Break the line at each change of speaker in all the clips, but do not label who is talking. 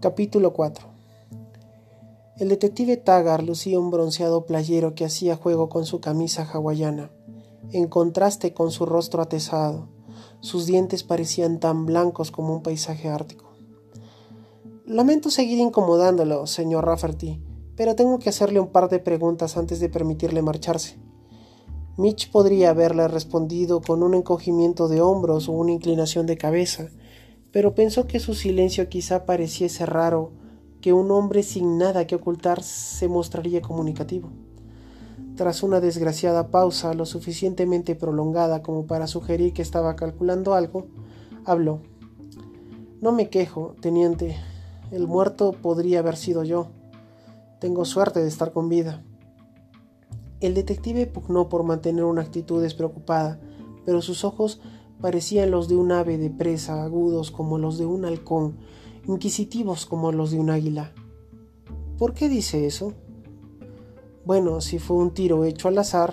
Capítulo 4. El detective Taggart lucía un bronceado playero que hacía juego con su camisa hawaiana, en contraste con su rostro atezado. Sus dientes parecían tan blancos como un paisaje ártico. Lamento seguir incomodándolo, señor Rafferty, pero tengo que hacerle un par de preguntas antes de permitirle marcharse. Mitch podría haberle respondido con un encogimiento de hombros o una inclinación de cabeza, pero pensó que su silencio quizá pareciese raro, que un hombre sin nada que ocultar se mostraría comunicativo. Tras una desgraciada pausa lo suficientemente prolongada como para sugerir que estaba calculando algo, habló. No me quejo, teniente. El muerto podría haber sido yo. Tengo suerte de estar con vida. El detective pugnó por mantener una actitud despreocupada, pero sus ojos parecían los de un ave de presa, agudos como los de un halcón, inquisitivos como los de un águila. ¿Por qué dice eso? Bueno, si fue un tiro hecho al azar,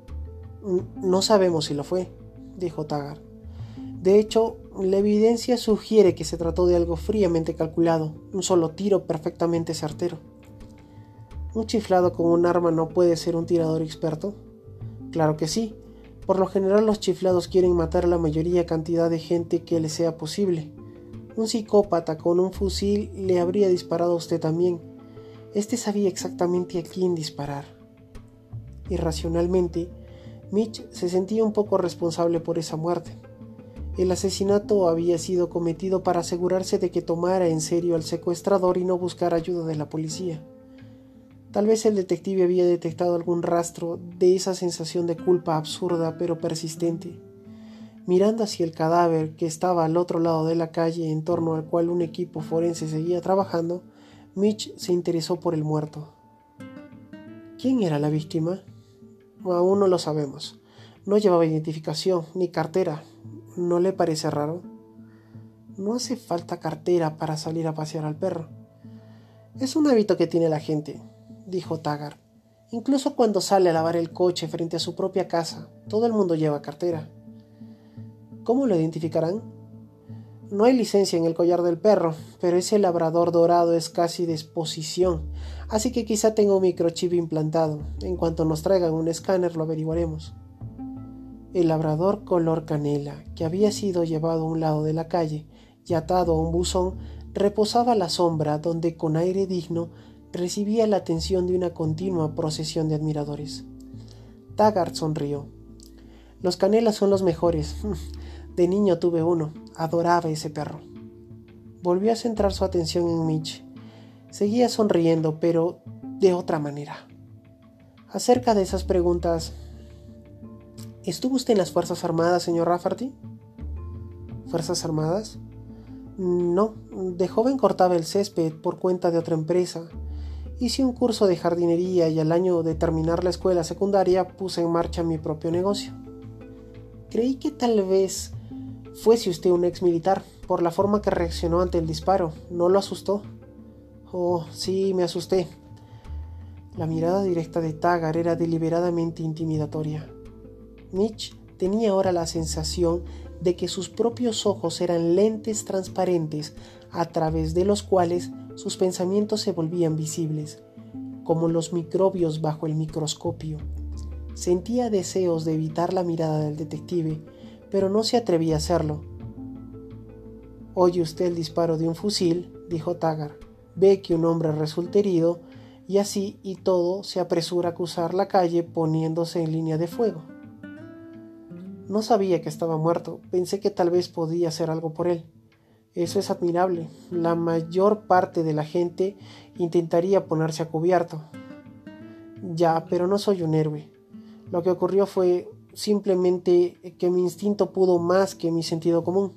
no sabemos si lo fue, dijo Taggart. De hecho, la evidencia sugiere que se trató de algo fríamente calculado, un solo tiro perfectamente certero. ¿Un chiflado con un arma no puede ser un tirador experto? Claro que sí. Por lo general los chiflados quieren matar a la mayoría cantidad de gente que les sea posible. Un psicópata con un fusil le habría disparado a usted también. Este sabía exactamente a quién disparar. Irracionalmente, Mitch se sentía un poco responsable por esa muerte. El asesinato había sido cometido para asegurarse de que tomara en serio al secuestrador y no buscar ayuda de la policía. Tal vez el detective había detectado algún rastro de esa sensación de culpa absurda pero persistente. Mirando hacia el cadáver que estaba al otro lado de la calle en torno al cual un equipo forense seguía trabajando, Mitch se interesó por el muerto. ¿Quién era la víctima? Aún no lo sabemos. No llevaba identificación ni cartera. ¿No le parece raro? No hace falta cartera para salir a pasear al perro. Es un hábito que tiene la gente, dijo Taggart. Incluso cuando sale a lavar el coche frente a su propia casa, todo el mundo lleva cartera. ¿Cómo lo identificarán? No hay licencia en el collar del perro, pero ese labrador dorado es casi de exposición, así que quizá tenga un microchip implantado. En cuanto nos traigan un escáner lo averiguaremos. El labrador color canela, que había sido llevado a un lado de la calle y atado a un buzón, reposaba a la sombra donde con aire digno recibía la atención de una continua procesión de admiradores. Taggart sonrió. Los canelas son los mejores. De niño tuve uno. Adoraba ese perro. Volvió a centrar su atención en Mitch. Seguía sonriendo, pero de otra manera. Acerca de esas preguntas, ¿estuvo usted en las Fuerzas Armadas, señor Rafferty? ¿Fuerzas Armadas? No, de joven cortaba el césped por cuenta de otra empresa. Hice un curso de jardinería y al año de terminar la escuela secundaria puse en marcha mi propio negocio. Creí que tal vez fuese usted un ex militar, por la forma que reaccionó ante el disparo. ¿No lo asustó? Oh, sí, me asusté. La mirada directa de Taggart era deliberadamente intimidatoria. Mitch tenía ahora la sensación de que sus propios ojos eran lentes transparentes a través de los cuales sus pensamientos se volvían visibles, como los microbios bajo el microscopio. Sentía deseos de evitar la mirada del detective, pero no se atrevía a hacerlo. «Oye usted el disparo de un fusil», dijo Taggart. «Ve que un hombre resulta herido, y así y todo se apresura a cruzar la calle poniéndose en línea de fuego». No sabía que estaba muerto. Pensé que tal vez podía hacer algo por él. Eso es admirable. La mayor parte de la gente intentaría ponerse a cubierto. Ya, pero no soy un héroe. Lo que ocurrió fue simplemente que mi instinto pudo más que mi sentido común.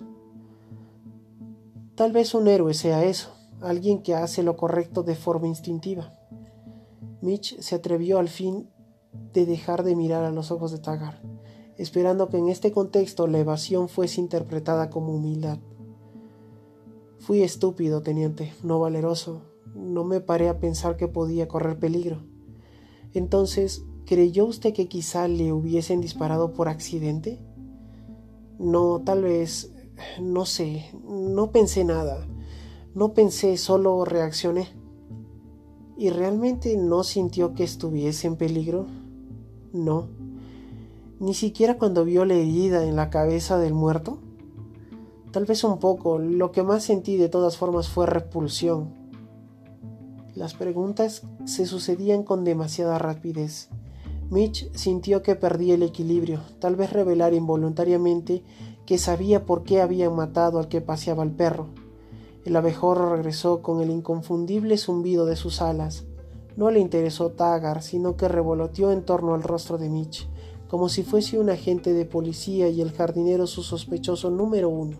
Tal vez un héroe sea eso, alguien que hace lo correcto de forma instintiva. Mitch se atrevió al fin de dejar de mirar a los ojos de Taggart, esperando que en este contexto la evasión fuese interpretada como humildad. Fui estúpido, teniente, no valeroso. No me paré a pensar que podía correr peligro. Entonces, ¿creyó usted que quizá le hubiesen disparado por accidente? No, tal vez, no sé, no pensé nada. No pensé, solo reaccioné. ¿Y realmente no sintió que estuviese en peligro? No. ¿Ni siquiera cuando vio la herida en la cabeza del muerto? Tal vez un poco. Lo que más sentí de todas formas fue repulsión. Las preguntas se sucedían con demasiada rapidez. Mitch sintió que perdía el equilibrio, tal vez revelar involuntariamente que sabía por qué habían matado al que paseaba al perro. El abejorro regresó con el inconfundible zumbido de sus alas. No le interesó Taggart, sino que revoloteó en torno al rostro de Mitch, como si fuese un agente de policía y el jardinero su sospechoso número 1.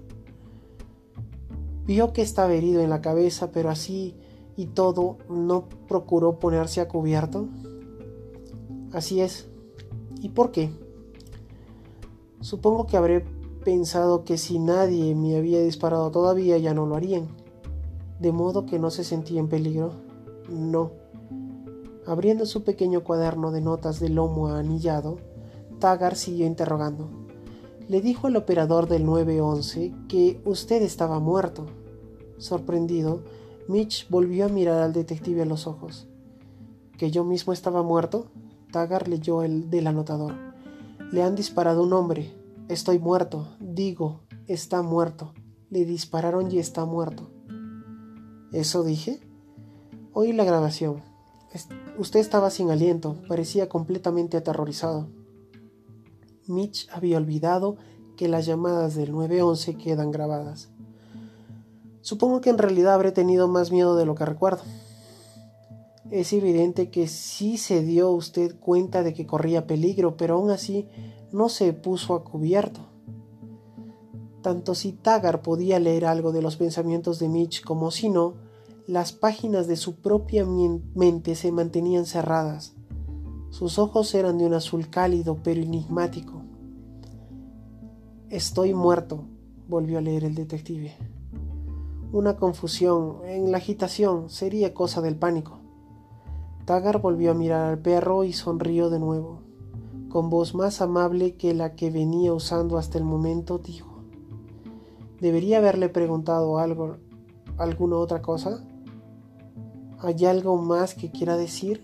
Vio que estaba herido en la cabeza, pero así y todo, ¿no procuró ponerse a cubierto? Así es. ¿Y por qué? Supongo que habré pensado que si nadie me había disparado todavía ya no lo harían. ¿De modo que no se sentía en peligro? No. Abriendo su pequeño cuaderno de notas de lomo anillado, Taggart siguió interrogando. Le dijo al operador del 911 que usted estaba muerto. Sorprendido, Mitch volvió a mirar al detective a los ojos. ¿Que yo mismo estaba muerto? Taggart leyó el del anotador. Le han disparado un hombre. Estoy muerto. Digo, está muerto. Le dispararon y está muerto. ¿Eso dije? Oí la grabación. Usted estaba sin aliento. Parecía completamente aterrorizado. Mitch había olvidado que las llamadas del 911 quedan grabadas. Supongo que en realidad habré tenido más miedo de lo que recuerdo. Es evidente que sí se dio usted cuenta de que corría peligro, pero aún así no se puso a cubierto. Tanto si Taggart podía leer algo de los pensamientos de Mitch como si no, las páginas de su propia mente se mantenían cerradas. Sus ojos eran de un azul cálido pero enigmático. Estoy muerto, volvió a leer el detective. Una confusión, en la agitación, sería cosa del pánico. Taggart volvió a mirar al perro y sonrió de nuevo. Con voz más amable que la que venía usando hasta el momento, dijo: ¿Debería haberle preguntado alguna otra cosa? ¿Hay algo más que quiera decir?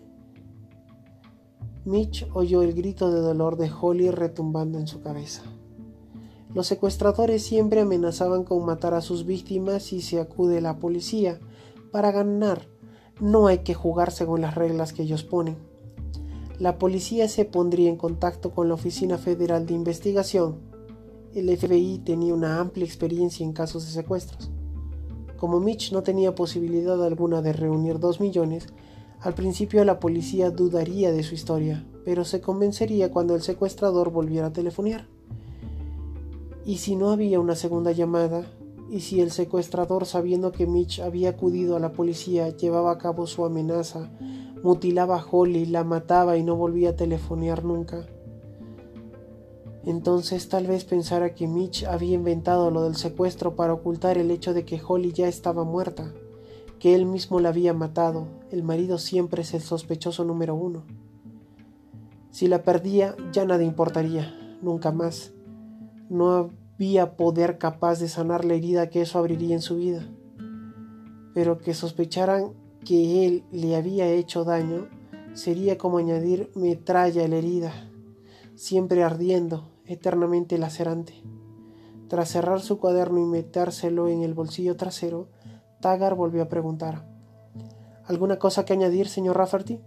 Mitch oyó el grito de dolor de Holly retumbando en su cabeza. Los secuestradores siempre amenazaban con matar a sus víctimas si se acude a la policía para ganar. No hay que jugar según las reglas que ellos ponen. La policía se pondría en contacto con la Oficina Federal de Investigación. El FBI tenía una amplia experiencia en casos de secuestros. Como Mitch no tenía posibilidad alguna de reunir 2 millones, al principio la policía dudaría de su historia, pero se convencería cuando el secuestrador volviera a telefonear. ¿Y si no había una segunda llamada? ¿Y si el secuestrador, sabiendo que Mitch había acudido a la policía, llevaba a cabo su amenaza, mutilaba a Holly, la mataba y no volvía a telefonear nunca? Entonces tal vez pensara que Mitch había inventado lo del secuestro para ocultar el hecho de que Holly ya estaba muerta, que él mismo la había matado. El marido siempre es el sospechoso número 1. Si la perdía, ya nada importaría, nunca más. No había poder capaz de sanar la herida que eso abriría en su vida. Pero que sospecharan que él le había hecho daño sería como añadir metralla a la herida, siempre ardiendo, eternamente lacerante. Tras cerrar su cuaderno y metérselo en el bolsillo trasero, Taggart volvió a preguntar: ¿Alguna cosa que añadir, señor Rafferty?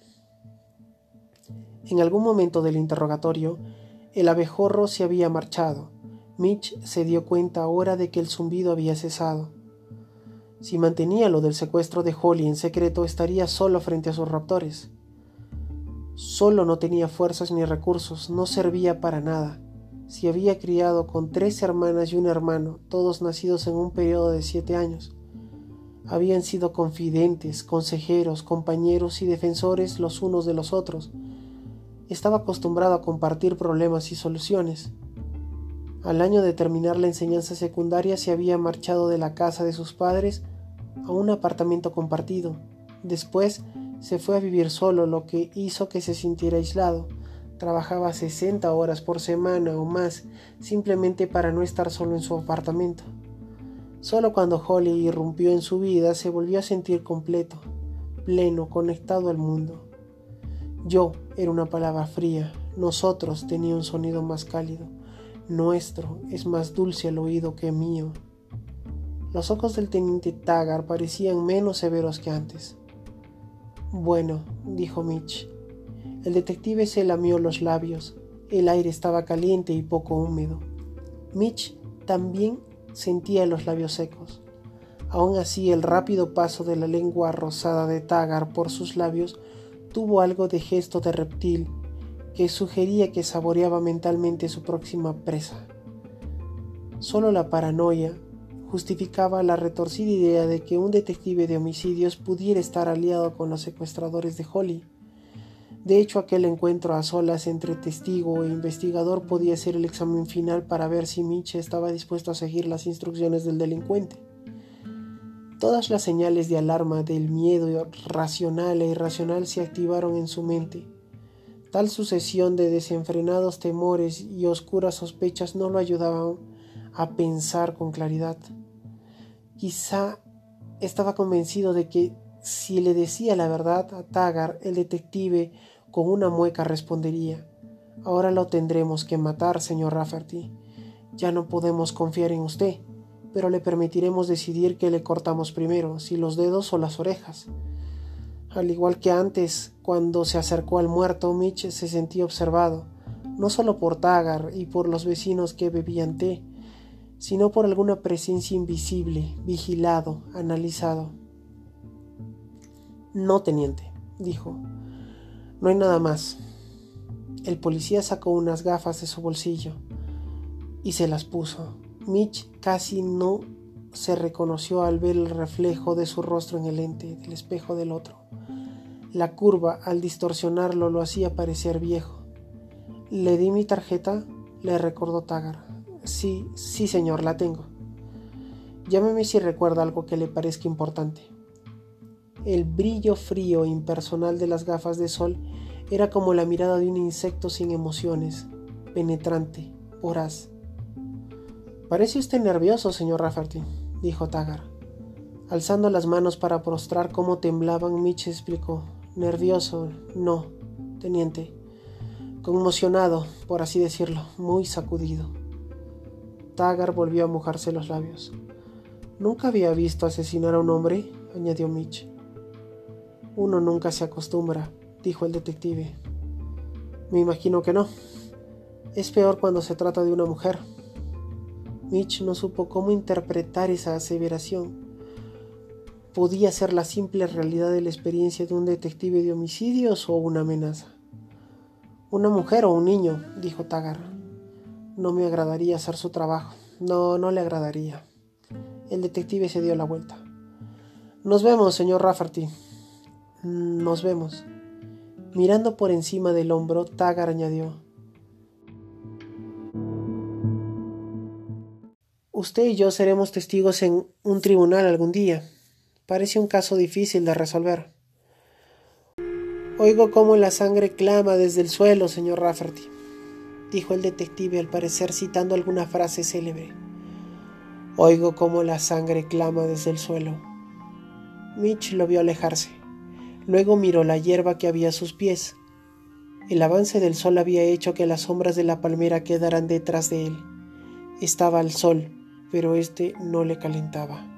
En algún momento del interrogatorio, el abejorro se había marchado. Mitch se dio cuenta ahora de que el zumbido había cesado. Si mantenía lo del secuestro de Holly en secreto, estaría solo frente a sus raptores. Solo no tenía fuerzas ni recursos, no servía para nada. Se había criado con 3 hermanas y un hermano, todos nacidos en un periodo de 7 años. Habían sido confidentes, consejeros, compañeros y defensores los unos de los otros. Estaba acostumbrado a compartir problemas y soluciones. Al año de terminar la enseñanza secundaria se había marchado de la casa de sus padres a un apartamento compartido. Después se fue a vivir solo, lo que hizo que se sintiera aislado. Trabajaba 60 horas por semana o más, simplemente para no estar solo en su apartamento. Solo cuando Holly irrumpió en su vida se volvió a sentir completo, pleno, conectado al mundo. Yo era una palabra fría, nosotros tenía un sonido más cálido, nuestro es más dulce al oído que mío. Los ojos del teniente Taggart parecían menos severos que antes. Bueno, dijo Mitch. El detective se lamió los labios. El aire estaba caliente y poco húmedo. Mitch también sentía los labios secos. Aún así, el rápido paso de la lengua rosada de Taggart por sus labios tuvo algo de gesto de reptil que sugería que saboreaba mentalmente su próxima presa. Solo la paranoia justificaba la retorcida idea de que un detective de homicidios pudiera estar aliado con los secuestradores de Holly. De hecho, aquel encuentro a solas entre testigo e investigador podía ser el examen final para ver si Mitch estaba dispuesto a seguir las instrucciones del delincuente. Todas las señales de alarma del miedo racional e irracional se activaron en su mente. Tal sucesión de desenfrenados temores y oscuras sospechas no lo ayudaban a pensar con claridad. Quizá estaba convencido de que si le decía la verdad a Taggart, el detective con una mueca respondería: «Ahora lo tendremos que matar, señor Rafferty. Ya no podemos confiar en usted, pero le permitiremos decidir qué le cortamos primero, si los dedos o las orejas». Al igual que antes, cuando se acercó al muerto, Mitch se sentía observado, no solo por Taggart y por los vecinos que bebían té, sino por alguna presencia invisible, vigilado, analizado. «No, teniente», dijo. «No hay nada más». El policía sacó unas gafas de su bolsillo y se las puso. Mitch casi no se reconoció al ver el reflejo de su rostro en el lente del espejo del otro. La curva, al distorsionarlo, lo hacía parecer viejo. «¿Le di mi tarjeta?», le recordó Taggart. Sí, señor, la tengo. Llámeme si recuerda algo que le parezca importante». El brillo frío e impersonal de las gafas de sol era como la mirada de un insecto sin emociones, penetrante, voraz. «Parece usted nervioso, señor Rafferty», dijo Taggart. Alzando las manos para prostrar cómo temblaban, Mitch explicó: «Nervioso, no, teniente. Conmocionado, por así decirlo, muy sacudido». Taggart volvió a mojarse los labios. «Nunca había visto asesinar a un hombre», añadió Mitch. «Uno nunca se acostumbra», dijo el detective. «Me imagino que no. Es peor cuando se trata de una mujer». Mitch no supo cómo interpretar esa aseveración. ¿Podía ser la simple realidad de la experiencia de un detective de homicidios o una amenaza? «Una mujer o un niño», dijo Taggart. «No me agradaría hacer su trabajo». No le agradaría. El detective se dio la vuelta. «Nos vemos, señor Rafferty». «Nos vemos». Mirando por encima del hombro, Taggart añadió: «Usted y yo seremos testigos en un tribunal algún día. Parece un caso difícil de resolver». «Oigo cómo la sangre clama desde el suelo, señor Rafferty», dijo el detective, al parecer citando alguna frase célebre. «Oigo cómo la sangre clama desde el suelo». Mitch lo vio alejarse. Luego miró la hierba que había a sus pies. El avance del sol había hecho que las sombras de la palmera quedaran detrás de él. Estaba al sol, pero este no le calentaba.